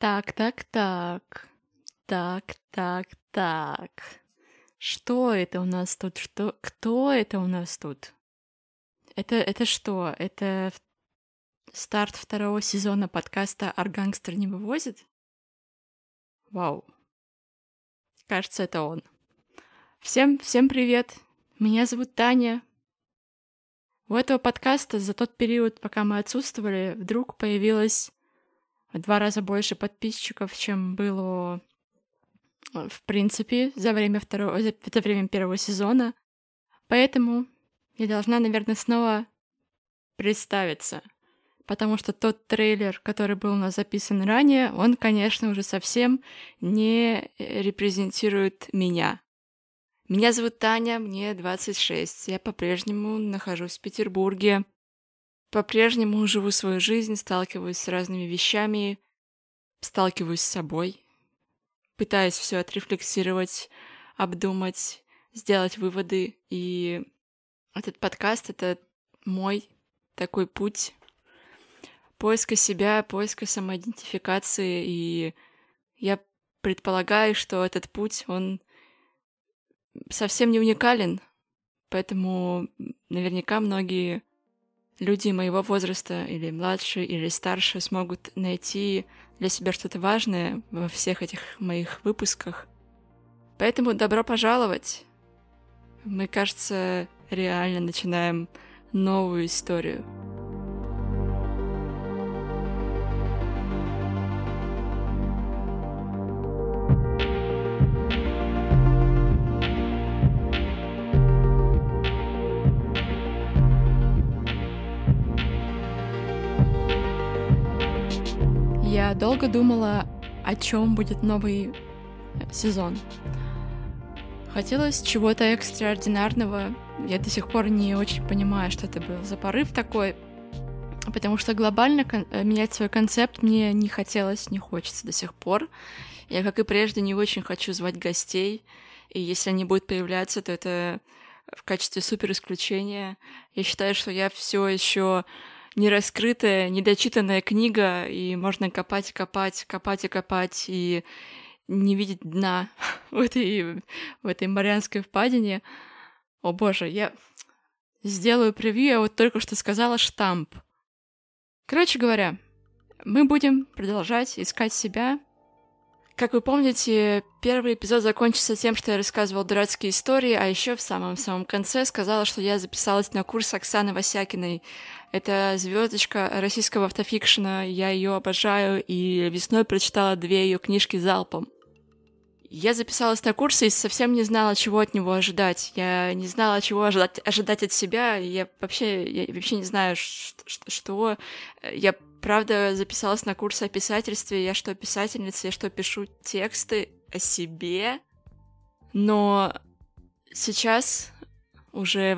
Так, так, так. Так, так, так. Что это у нас тут? Кто это у нас тут? Это что? Это старт второго сезона подкаста «Аргангстер не вывозит»? Вау. Кажется, это он. Всем привет. Меня зовут Таня. У этого подкаста за тот период, пока мы отсутствовали, вдруг появилось в 2 раза больше подписчиков, чем было в принципе за время первого сезона. Поэтому я должна, наверное, снова представиться. Потому что тот трейлер, который был у нас записан ранее, он, конечно, уже совсем не репрезентирует меня. Меня зовут Таня, мне 26. Я по-прежнему нахожусь в Петербурге. По-прежнему живу свою жизнь, сталкиваюсь с разными вещами, сталкиваюсь с собой, пытаюсь все отрефлексировать, обдумать, сделать выводы. И этот подкаст — это мой такой путь поиска себя, поиска самоидентификации. И я предполагаю, что этот путь, он совсем не уникален. Поэтому наверняка многие люди моего возраста, или младше, или старше, смогут найти для себя что-то важное во всех этих моих выпусках. Поэтому добро пожаловать! Мы, кажется, реально начинаем новую историю. Я долго думала, о чем будет новый сезон. Хотелось чего-то экстраординарного. Я до сих пор не очень понимаю, что это был за порыв такой, потому что глобально менять свой концепт мне не хотелось, не хочется до сих пор. Я, как и прежде, не очень хочу звать гостей, и если они будут появляться, то это в качестве супер исключения. Я считаю, что я все еще нераскрытая, недочитанная книга, и можно копать и копать, и не видеть дна в этой Марианской впадине. О боже, я сделаю превью, я вот только что сказала штамп. Короче говоря, мы будем продолжать искать себя. Как вы помните, первый эпизод закончился тем, что я рассказывала дурацкие истории, а еще в самом конце сказала, что я записалась на курс Оксаны Васякиной. Это звездочка российского автофикшена, я ее обожаю, и весной прочитала 2 ее книжки залпом. Я записалась на курс и совсем не знала, чего от него ожидать. Я не знала, чего ожидать от себя. Я вообще не знаю, что. Я, правда, записалась на курс о писательстве. Я что, писательница? Я что, пишу тексты о себе? Но сейчас уже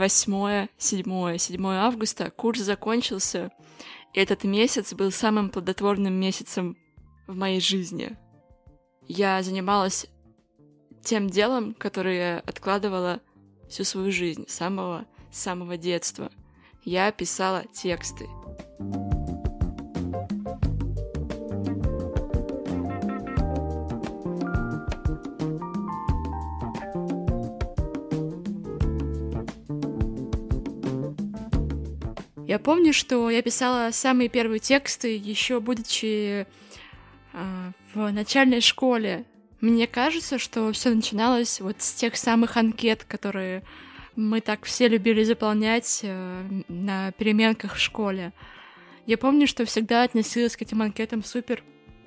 7 августа, курс закончился. И этот месяц был самым плодотворным месяцем в моей жизни. Я занималась тем делом, которое я откладывала всю свою жизнь, с самого детства. Я писала тексты. Я помню, что я писала самые первые тексты, еще будучи в начальной школе. Мне кажется, что все начиналось вот с тех самых анкет, которые мы так все любили заполнять на переменках в школе. Я помню, что всегда относилась к этим анкетам супер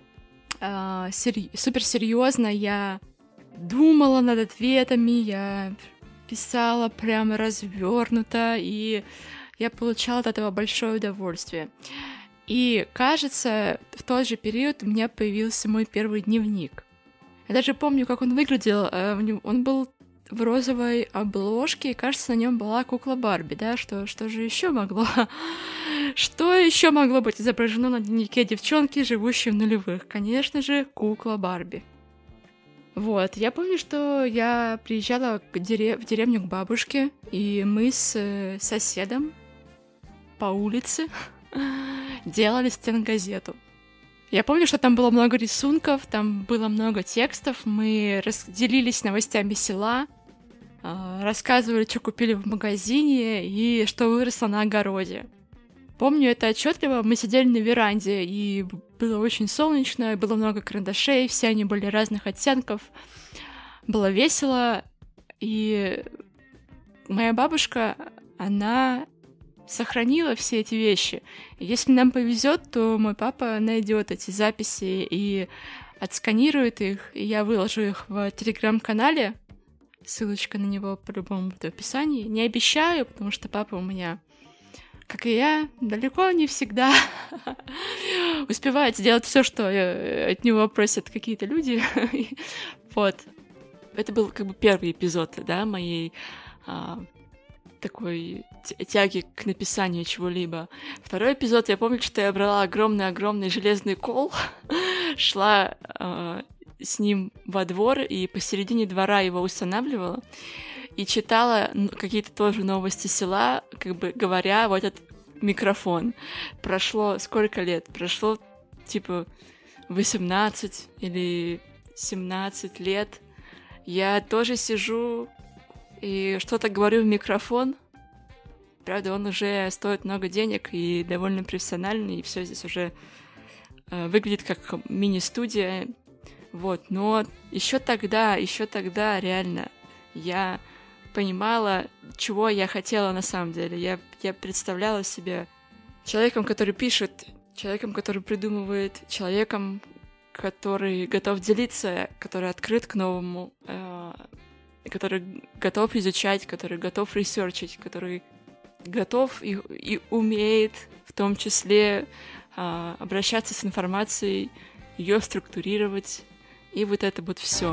серьезно. Я думала над ответами, я писала прямо развернуто, и я получала от этого большое удовольствие. И, кажется, в тот же период у меня появился мой первый дневник. Я даже помню, как он выглядел. Он был в розовой обложке, и, кажется, на нем была кукла Барби, да? Что же еще могло? Что еще могло быть изображено на дневнике девчонки, живущей в нулевых? Конечно же, кукла Барби. Вот, я помню, что я приезжала в деревню к бабушке, и мы с соседом по улице делали стенгазету. Я помню, что там было много рисунков, там было много текстов, мы разделились новостями села, рассказывали, что купили в магазине и что выросло на огороде. Помню это отчетливо, мы сидели на веранде, и было очень солнечно, было много карандашей, все они были разных оттенков, было весело, и моя бабушка, она сохранила все эти вещи. И если нам повезет, то мой папа найдет эти записи и отсканирует их, и я выложу их в телеграм-канале. Ссылочка на него по-любому будет в описании. Не обещаю, потому что папа у меня, как и я, далеко не всегда успевает сделать все, что от него просят какие-то люди. Вот. Это был как бы первый эпизод, да, моей такой тяги к написанию чего-либо. Второй эпизод, я помню, что я брала огромный-огромный железный кол, шла с ним во двор и посередине двора его устанавливала и читала какие-то тоже новости села, как бы говоря в этот микрофон. Прошло сколько лет? Прошло типа 18 или 17 лет. Я тоже сижу и что-то говорю в микрофон. Правда, он уже стоит много денег и довольно профессиональный, и все здесь уже выглядит как мини-студия. Вот, но еще тогда реально я понимала, чего я хотела на самом деле. Я представляла себя человеком, который пишет, человеком, который придумывает, человеком, который готов делиться, который открыт к новому, который готов изучать, который готов ресерчить, который готов и умеет в том числе обращаться с информацией, ее структурировать, и вот это вот все.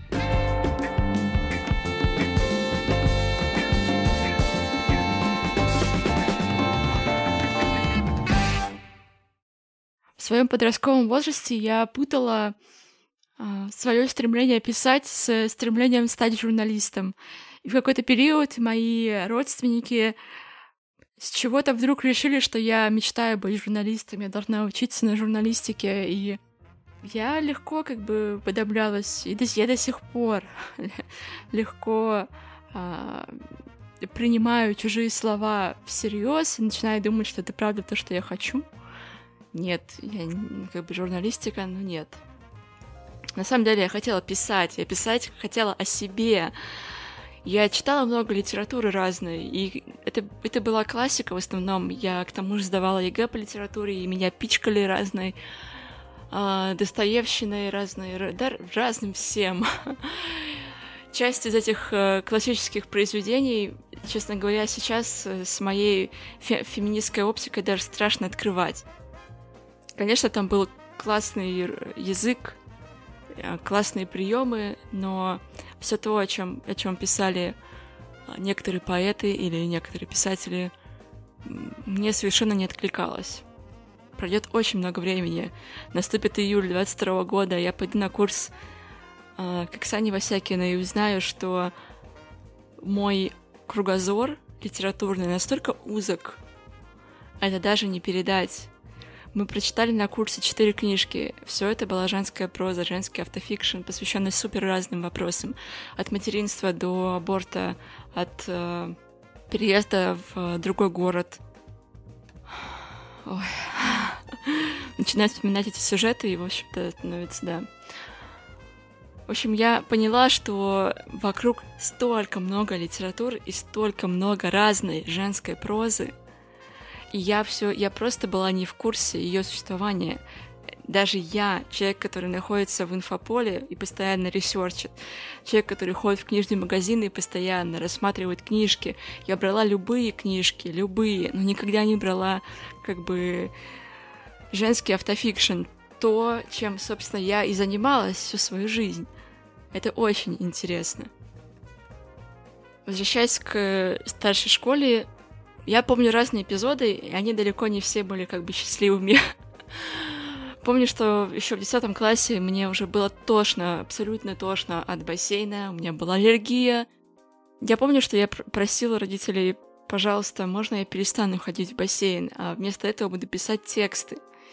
В своем подростковом возрасте я путала свое стремление писать с стремлением стать журналистом. И в какой-то период мои родственники с чего-то вдруг решили, что я мечтаю быть журналистом, я должна учиться на журналистике, и я легко как бы подоблялась, и я до сих пор легко принимаю чужие слова всерьез и начинаю думать, что это правда то, что я хочу. Нет, я как бы журналистика, ну нет. На самом деле я хотела писать, я писать хотела о себе. Я читала много литературы разной, и это была классика в основном. Я к тому же сдавала ЕГЭ по литературе, и меня пичкали разной Достоевщиной, разным всем. Часть из этих классических произведений, честно говоря, сейчас с моей феминистской оптикой даже страшно открывать. Конечно, там был классный язык, классные приемы, но все то, о чем писали некоторые поэты или некоторые писатели, мне совершенно не откликалось. Пройдет очень много времени. Наступит июль 22 года, я пойду на курс к Оксане Васякиной и узнаю, что мой кругозор литературный настолько узок, это даже не передать. Мы прочитали на курсе 4 книжки. Все это была женская проза, женский автофикшн, посвященный супер разным вопросам. От материнства до аборта, от переезда в другой город. Ой. Начинаю вспоминать эти сюжеты, и, в общем-то, становится, да. В общем, я поняла, что вокруг столько много литературы и столько много разной женской прозы, и я просто была не в курсе ее существования. Даже я, человек, который находится в инфополе и постоянно ресерчит, человек, который ходит в книжные магазины и постоянно рассматривает книжки, я брала любые книжки, но никогда не брала как бы женский автофикшн, то, чем, собственно, я и занималась всю свою жизнь. Это очень интересно. Возвращаясь к старшей школе, я помню разные эпизоды, и они далеко не все были как бы счастливыми. Помню, что еще в 10 классе мне уже было тошно, абсолютно тошно от бассейна, у меня была аллергия. Я помню, что я просила родителей: пожалуйста, можно я перестану ходить в бассейн, а вместо этого буду писать тексты.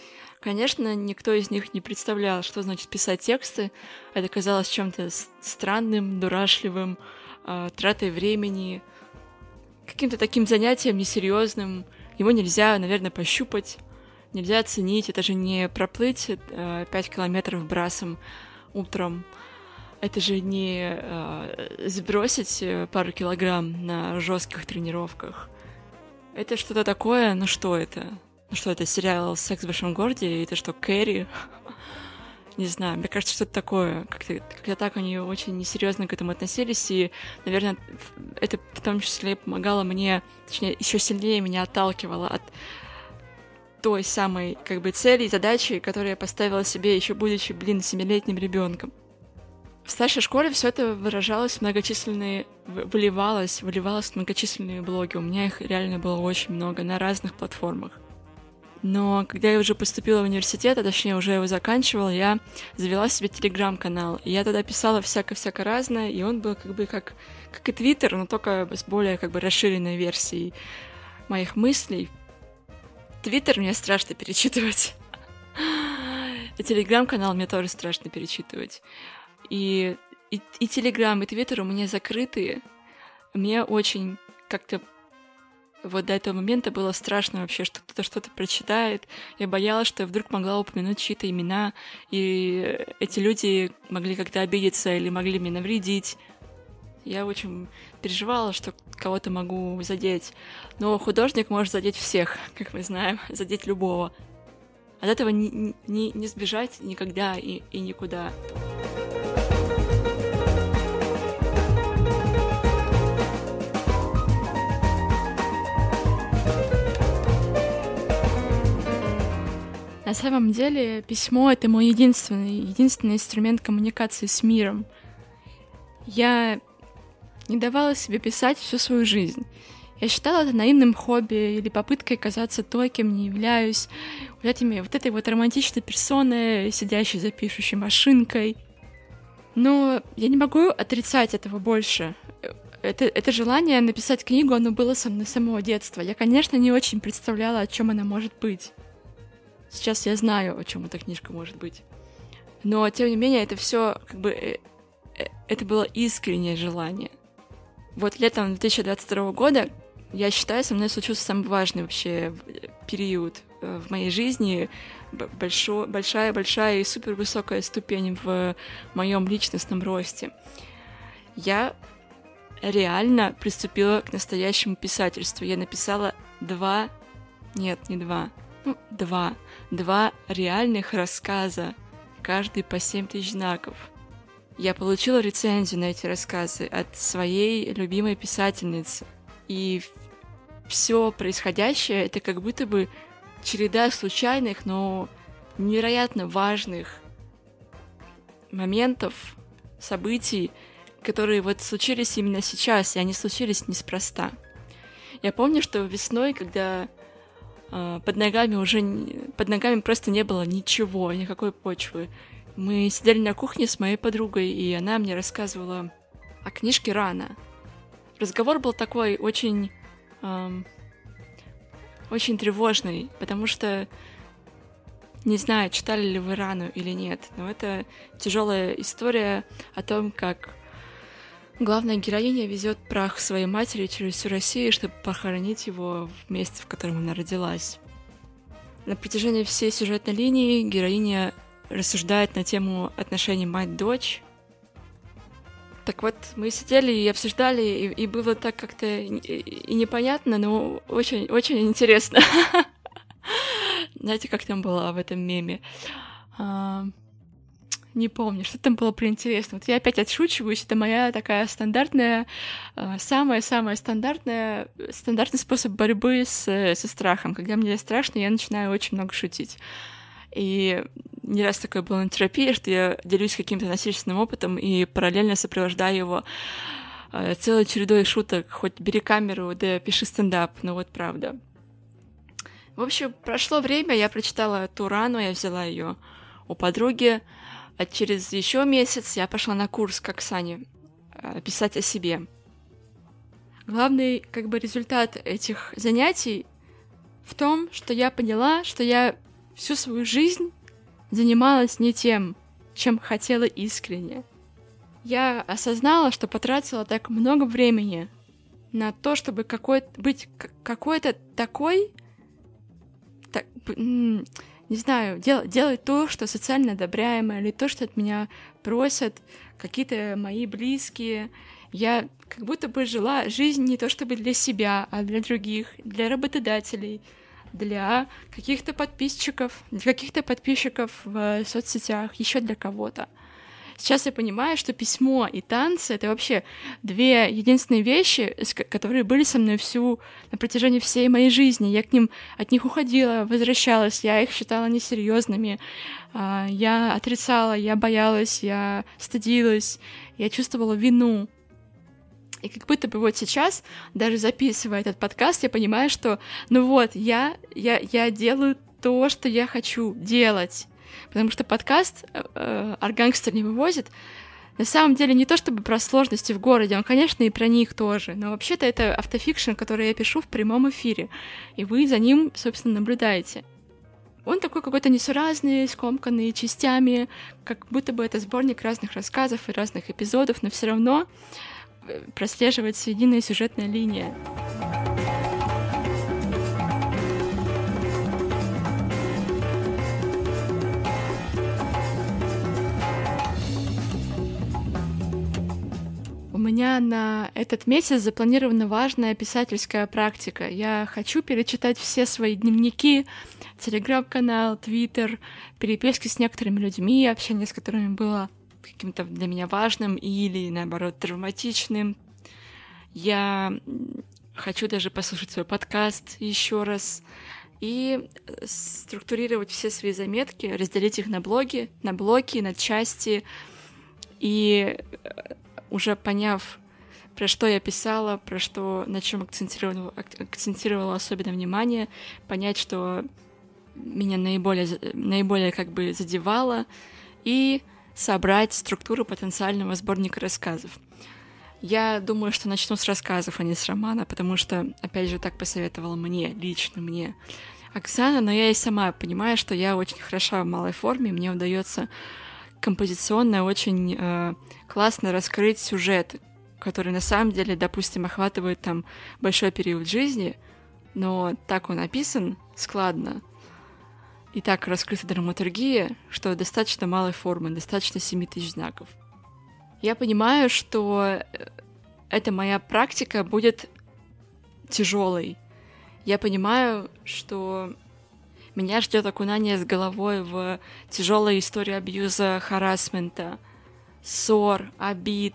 Конечно, никто из них не представлял, что значит писать тексты. Это казалось чем-то странным, дурашливым, тратой времени, каким-то таким занятием несерьезным. Его нельзя, наверное, пощупать, нельзя оценить. Это же не проплыть 5 километров брасом утром. Это же не сбросить пару килограмм на жестких тренировках. Это что-то такое, ну что это? Ну что это, сериал «Секс в большом городе»? Это что, Кэрри? Не знаю, мне кажется, что-то такое. Как-то так они очень несерьезно к этому относились, и, наверное, это в том числе помогало мне, точнее, еще сильнее меня отталкивало от той самой, цели и задачи, которую я поставила себе, еще будучи, 7-летним ребенком. В старшей школе все это выражалось в выливалось в многочисленные блоги. У меня их реально было очень много на разных платформах. Но когда я уже поступила в университет, а точнее уже его заканчивала, я завела себе телеграм-канал. И я тогда писала всяко-всяко разное, и он был как и Твиттер, но только с более расширенной версией моих мыслей. Твиттер мне страшно перечитывать. И телеграм-канал мне тоже страшно перечитывать. И телеграм, и твиттер у меня закрытые. Мне очень как-то вот до этого момента было страшно вообще, что кто-то что-то прочитает. Я боялась, что я вдруг могла упомянуть чьи-то имена, и эти люди могли как-то обидеться или могли мне навредить. Я очень переживала, что кого-то могу задеть. Но художник может задеть всех, как мы знаем, задеть любого. От этого не сбежать никогда и никуда. На самом деле письмо — это мой единственный инструмент коммуникации с миром. Я не давала себе писать всю свою жизнь. Я считала это наивным хобби или попыткой казаться той, кем не являюсь, вот этой романтичной персоной, сидящей за пишущей машинкой. Но я не могу отрицать этого больше. Это желание написать книгу, оно было со мной с самого детства. Я, конечно, не очень представляла, о чем она может быть. Сейчас я знаю, о чем эта книжка может быть. Но, тем не менее, это все это было искреннее желание. Вот летом 2022 года, я считаю, со мной случился самый важный вообще период в моей жизни. Большая и супервысокая ступень в моем личностном росте. Я реально приступила к настоящему писательству. Я написала два реальных рассказа, каждый по 7000 знаков. Я получила рецензию на эти рассказы от своей любимой писательницы. И все происходящее — это как будто бы череда случайных, но невероятно важных моментов, событий, которые вот случились именно сейчас, и они случились неспроста. Я помню, что весной, когда под ногами просто не было ничего, никакой почвы. Мы сидели на кухне с моей подругой, и она мне рассказывала о книжке «Рана». Разговор был такой очень тревожный, потому что не знаю, читали ли вы «Рану» или нет, но это тяжелая история о том, как главная героиня везет прах своей матери через всю Россию, чтобы похоронить его в месте, в котором она родилась. На протяжении всей сюжетной линии героиня рассуждает на тему отношений мать-дочь. Так вот, мы сидели и обсуждали, и было так как-то и непонятно, но очень, очень интересно. Знаете, как там было в этом меме? Не помню, что там было про интересно. Вот я опять отшучиваюсь, это моя такая стандартная, самый стандартный способ борьбы со страхом. Когда мне страшно, я начинаю очень много шутить. И не раз такое было на терапии, что я делюсь каким-то насильственным опытом и параллельно сопровождаю его целой чередой шуток. Хоть бери камеру, да пиши стендап, ну вот правда. В общем, прошло время, я прочитала ту «Рану», я взяла ее у подруги, а через еще месяц я пошла на курс к Оксане писать о себе. Главный результат этих занятий в том, что я поняла, что я всю свою жизнь занималась не тем, чем хотела искренне. Я осознала, что потратила так много времени на то, чтобы быть какой-то такой, не знаю, делать то, что социально одобряемое, или то, что от меня просят какие-то мои близкие. Я как будто бы жила жизнь не то чтобы для себя, а для других, для работодателей, для каких-то подписчиков в соцсетях, еще для кого-то. Сейчас я понимаю, что письмо и танцы — это вообще две единственные вещи, которые были со мной на протяжении всей моей жизни. Я от них уходила, возвращалась, я их считала несерьезными, я отрицала, я боялась, я стыдилась, я чувствовала вину. И как будто бы вот сейчас, даже записывая этот подкаст, я понимаю, что я делаю то, что я хочу делать. Потому что подкаст «Аргангстер не вывозит» на самом деле не то чтобы про сложности в городе, он, конечно, и про них тоже, но вообще-то это автофикшн, который я пишу в прямом эфире, и вы за ним, собственно, наблюдаете. Он такой какой-то несуразный, скомканный частями, как будто бы это сборник разных рассказов и разных эпизодов, но все равно прослеживается единая сюжетная линия. У меня на этот месяц запланирована важная писательская практика. Я хочу перечитать все свои дневники, телеграм-канал, твиттер, переписки с некоторыми людьми, общение с которыми было каким-то для меня важным или, наоборот, травматичным. Я хочу даже послушать свой подкаст еще раз и структурировать все свои заметки, разделить их на блоки, на части, и уже поняв, про что я писала, на чем акцентировала особенно внимание, понять, что меня наиболее как бы задевало, и собрать структуру потенциального сборника рассказов. Я думаю, что начну с рассказов, а не с романа, потому что, опять же, так посоветовала лично мне Оксана, но я и сама понимаю, что я очень хороша в малой форме, мне удается композиционно очень классно раскрыть сюжет, который на самом деле, допустим, охватывает там большой период жизни, но так он описан складно, и так раскрыта драматургия, что достаточно малой формы, достаточно 7000 знаков. Я понимаю, что эта моя практика будет тяжелой. Я понимаю, что меня ждет окунание с головой в тяжелые истории абьюза, харассмента, ссор, обид,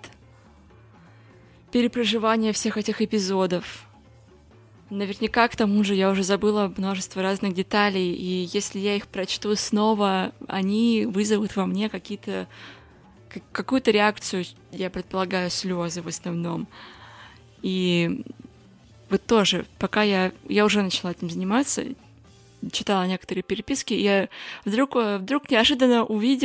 перепроживание всех этих эпизодов. Наверняка, к тому же, я уже забыла множество разных деталей, и если я их прочту снова, они вызовут во мне какую-то реакцию, я предполагаю, слезы в основном. И вот тоже, пока я уже начала этим заниматься, читала некоторые переписки, я вдруг неожиданно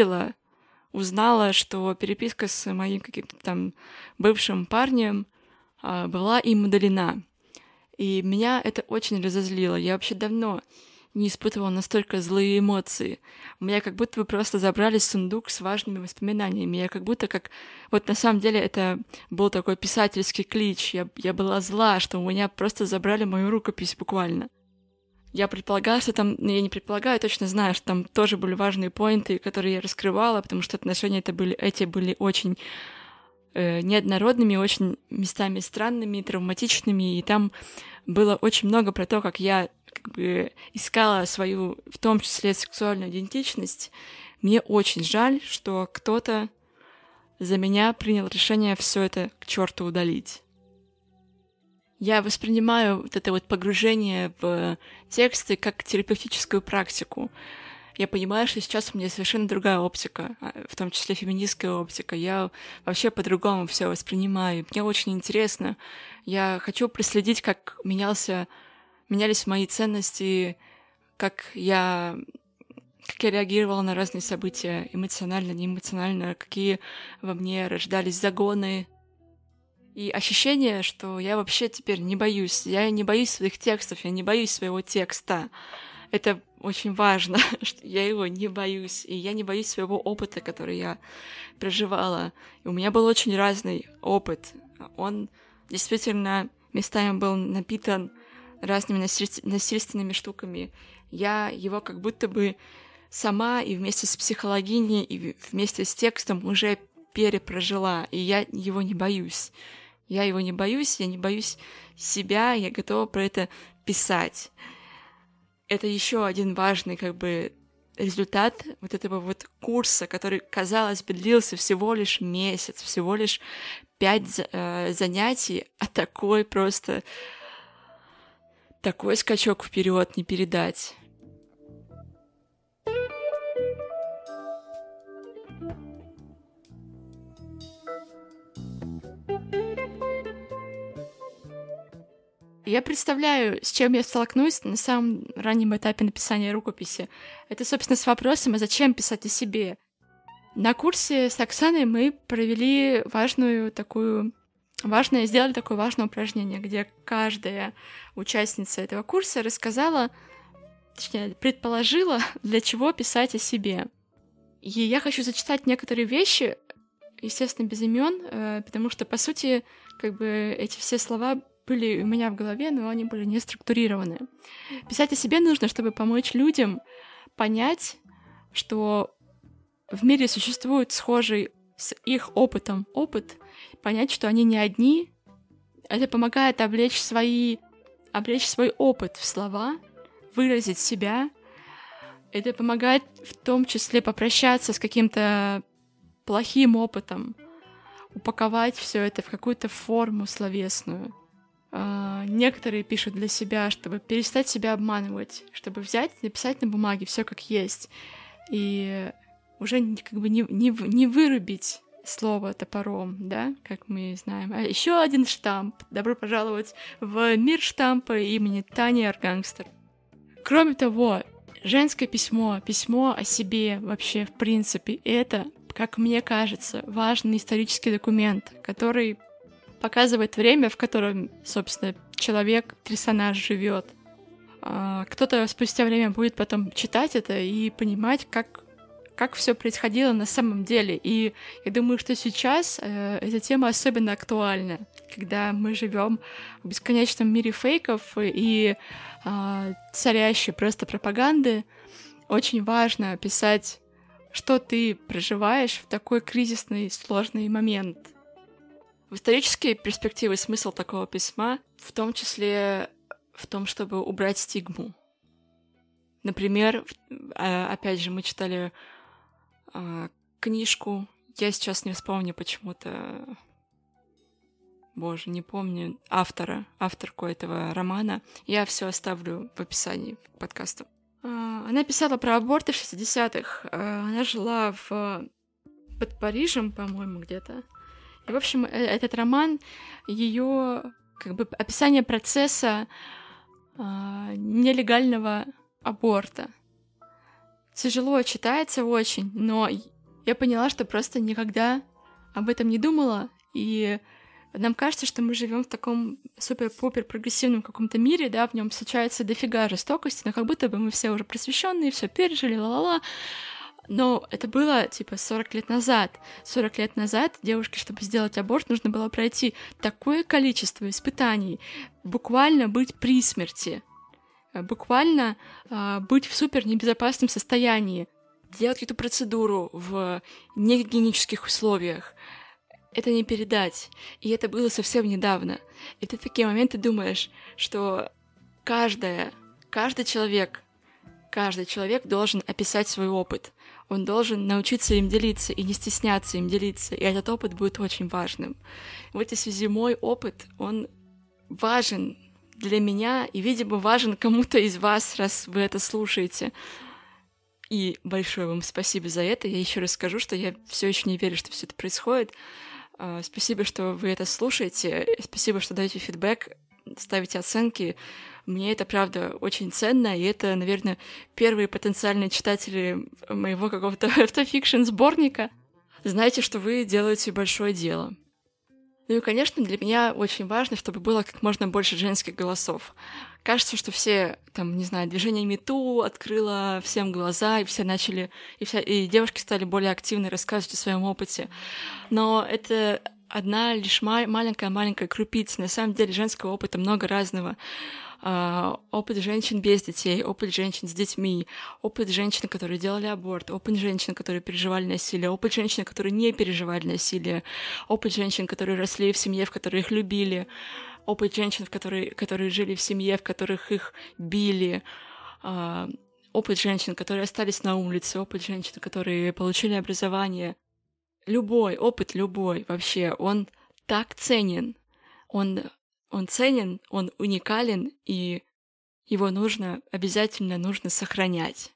узнала, что переписка с моим каким-то там бывшим парнем была им удалена. И меня это очень разозлило. Я вообще давно не испытывала настолько злые эмоции. У меня как будто бы просто забрали сундук с важными воспоминаниями. Я как будто Вот на самом деле это был такой писательский клич. Я была зла, что у меня просто забрали мою рукопись буквально. Я предполагала, что там... Я не предполагаю, точно знаю, что там тоже были важные поинты, которые я раскрывала, потому что отношения эти были очень неоднородными, очень местами странными, травматичными, и там было очень много про то, как я искала свою, в том числе, сексуальную идентичность. Мне очень жаль, что кто-то за меня принял решение все это к черту удалить. Я воспринимаю вот это вот погружение в тексты как терапевтическую практику. Я понимаю, что сейчас у меня совершенно другая оптика, в том числе феминистская оптика. Я вообще по-другому все воспринимаю. Мне очень интересно. Я хочу проследить, как менялись мои ценности, как я реагировала на разные события эмоционально, неэмоционально, какие во мне рождались загоны. И ощущение, что я вообще теперь не боюсь. Я не боюсь своих текстов, я не боюсь своего текста. Это очень важно, что я его не боюсь, и я не боюсь своего опыта, который я проживала. И у меня был очень разный опыт. Он действительно местами был напитан разными насильственными штуками. Я его как будто бы сама и вместе с психологиней, и вместе с текстом уже перепрожила, и я его не боюсь. Я его не боюсь, я не боюсь себя, я готова про это писать. Это еще один важный результат вот этого вот курса, который, казалось бы, длился всего лишь месяц, всего лишь 5 занятий, а такой скачок вперед не передать. Я представляю, с чем я столкнусь на самом раннем этапе написания рукописи. Это, собственно, с вопросом, а зачем писать о себе? На курсе с Оксаной мы провели сделали такое важное упражнение, где каждая участница этого курса предположила, для чего писать о себе. И я хочу зачитать некоторые вещи, естественно, без имен, потому что, по сути, эти все слова были у меня в голове, но они были не структурированы. Писать о себе нужно, чтобы помочь людям понять, что в мире существует схожий с их опытом опыт, понять, что они не одни. Это помогает облечь свой опыт в слова, выразить себя. Это помогает в том числе попрощаться с каким-то плохим опытом, упаковать все это в какую-то форму словесную. Некоторые пишут для себя, чтобы перестать себя обманывать, чтобы взять и написать на бумаге все как есть, и уже не вырубить слово топором, да, как мы знаем. А еще один штамп. Добро пожаловать в мир штампа имени Тани Аргангстер. Кроме того, женское письмо о себе вообще в принципе, это, как мне кажется, важный исторический документ, который показывает время, в котором, собственно, персонаж живет. Кто-то спустя время будет потом читать это и понимать, как все происходило на самом деле. И я думаю, что сейчас эта тема особенно актуальна, когда мы живем в бесконечном мире фейков и царящей просто пропаганды. Очень важно писать, что ты проживаешь в такой кризисный, сложный момент. В исторической перспективе смысл такого письма в том числе в том, чтобы убрать стигму. Например, опять же, мы читали книжку, я сейчас не вспомню почему-то, не помню авторку этого романа. Я все оставлю в описании к подкасту. Она писала про аборты в 60-х. Она жила под Парижем, по-моему, где-то. И, в общем, этот роман, ее описание процесса нелегального аборта. Тяжело читается очень, но я поняла, что просто никогда об этом не думала, и нам кажется, что мы живем в таком супер-пупер прогрессивном каком-то мире, да, в нем случается дофига жестокости, но как будто бы мы все уже просвещенные, все пережили, ла-ла-ла. Но это было, 40 лет назад. 40 лет назад девушке, чтобы сделать аборт, нужно было пройти такое количество испытаний, буквально быть при смерти, буквально быть в супер небезопасном состоянии, делать эту процедуру в негигиенических условиях. Это не передать. И это было совсем недавно. И ты в такие моменты думаешь, что каждый человек должен описать свой опыт. Он должен научиться им делиться и не стесняться им делиться. И этот опыт будет очень важным. В этой связи мой опыт, он важен для меня и, видимо, важен кому-то из вас, раз вы это слушаете. И большое вам спасибо за это. Я еще раз скажу, что я все еще не верю, что все это происходит. Спасибо, что вы это слушаете. Спасибо, что даете фидбэк, ставите оценки. Мне это, правда, очень ценно, и это, наверное, первые потенциальные читатели моего какого-то автофикшн сборника. Знаете, что вы делаете большое дело. Ну и, конечно, для меня очень важно, чтобы было как можно больше женских голосов. Кажется, что все, там, не знаю, движение МeToo открыло всем глаза, и все начали, и девушки стали более активно рассказывать о своем опыте. Но это одна лишь маленькая крупица. На самом деле женского опыта много разного. Опыт женщин без детей, опыт женщин с детьми, опыт женщин, которые делали аборт, опыт женщин, которые переживали насилие, опыт женщин, которые не переживали насилие, опыт женщин, которые росли в семье, в которой их любили, опыт женщин, которые жили в семье, в которых их били, опыт женщин, которые остались на улице, опыт женщин, которые получили образование. Любой опыт, вообще, он так ценен, он ценен, он уникален, и его обязательно нужно сохранять.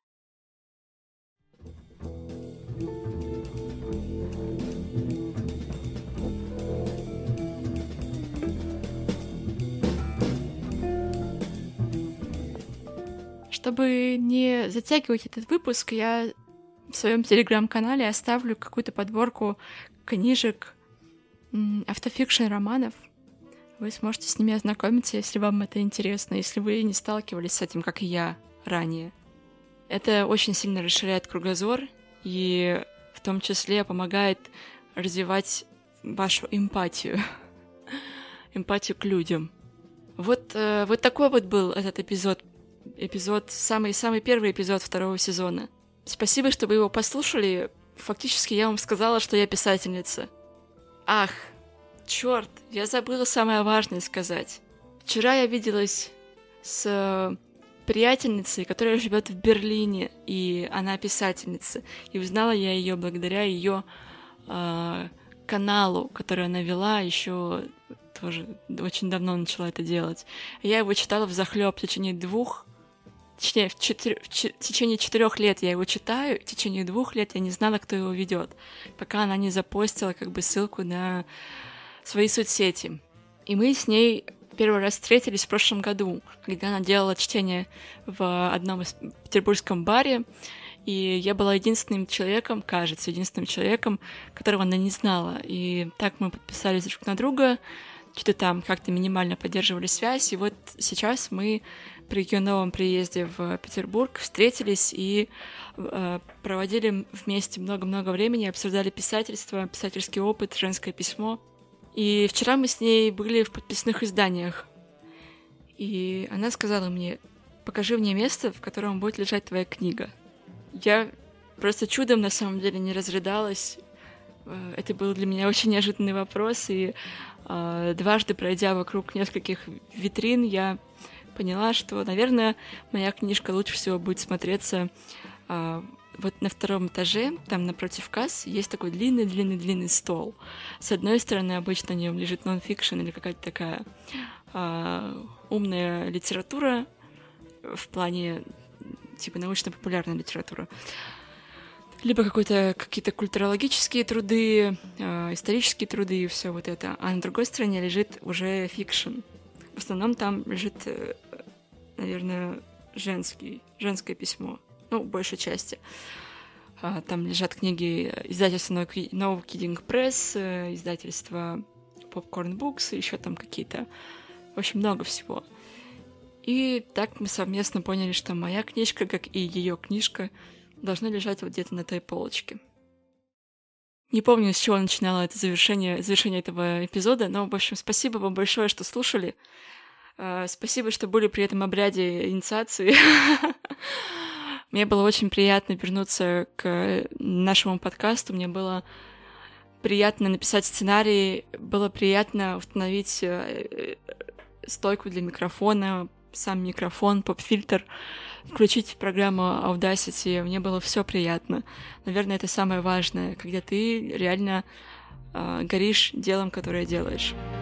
Чтобы не затягивать этот выпуск, я в своем телеграм-канале оставлю какую-то подборку книжек, автофикшн-романов. Вы сможете с ними ознакомиться, если вам это интересно, если вы не сталкивались с этим, как и я, ранее. Это очень сильно расширяет кругозор и в том числе помогает развивать вашу эмпатию. Эмпатию к людям. Вот такой вот был этот эпизод, самый первый эпизод 2 сезона. Спасибо, что вы его послушали. Фактически я вам сказала, что я писательница. Ах, чёрт, я забыла самое важное сказать. Вчера я виделась с приятельницей, которая живет в Берлине, и она писательница. И узнала я ее благодаря ее каналу, который она вела еще тоже очень давно начала это делать. Я его читала взахлёб в течение 4 лет я его читаю, в течение 2 лет я не знала, кто его ведет, пока она не запостила ссылку на свои соцсети. И мы с ней первый раз встретились в прошлом году, когда она делала чтение в одном петербургском баре, и я была единственным человеком, которого она не знала. И так мы подписались друг на друга, что-то там как-то минимально поддерживали связь, и вот сейчас мы при ее новом приезде в Петербург встретились и проводили вместе много-много времени, обсуждали писательство, писательский опыт, женское письмо. И вчера мы с ней были в подписных изданиях. И она сказала мне: покажи мне место, в котором будет лежать твоя книга. Я просто чудом, на самом деле, не разрыдалась. Это был для меня очень неожиданный вопрос, и дважды пройдя вокруг нескольких витрин, я поняла, что, наверное, моя книжка лучше всего будет смотреться вот на 2 этаже, там напротив касс, есть такой длинный стол. С одной стороны, обычно на нем лежит нон-фикшн или какая-то такая умная литература в плане типа научно-популярная литература. Либо какие-то культурологические труды, исторические труды и все вот это. А на другой стороне лежит уже фикшн. В основном там лежит, наверное, женское письмо. Ну, большей части. Там лежат книги издательства No Kidding Press, издательства Popcorn Books, еще там какие-то... В общем, много всего. И так мы совместно поняли, что моя книжка, как и ее книжка, должны лежать вот где-то на той полочке. Не помню, с чего начинала это завершение этого эпизода, но, в общем, спасибо вам большое, что слушали. Спасибо, что были при этом обряде инициации. Мне было очень приятно вернуться к нашему подкасту, мне было приятно написать сценарий, было приятно установить стойку для микрофона, сам микрофон, поп-фильтр, включить программу Audacity. Мне было все приятно. Наверное, это самое важное, когда ты реально горишь делом, которое делаешь.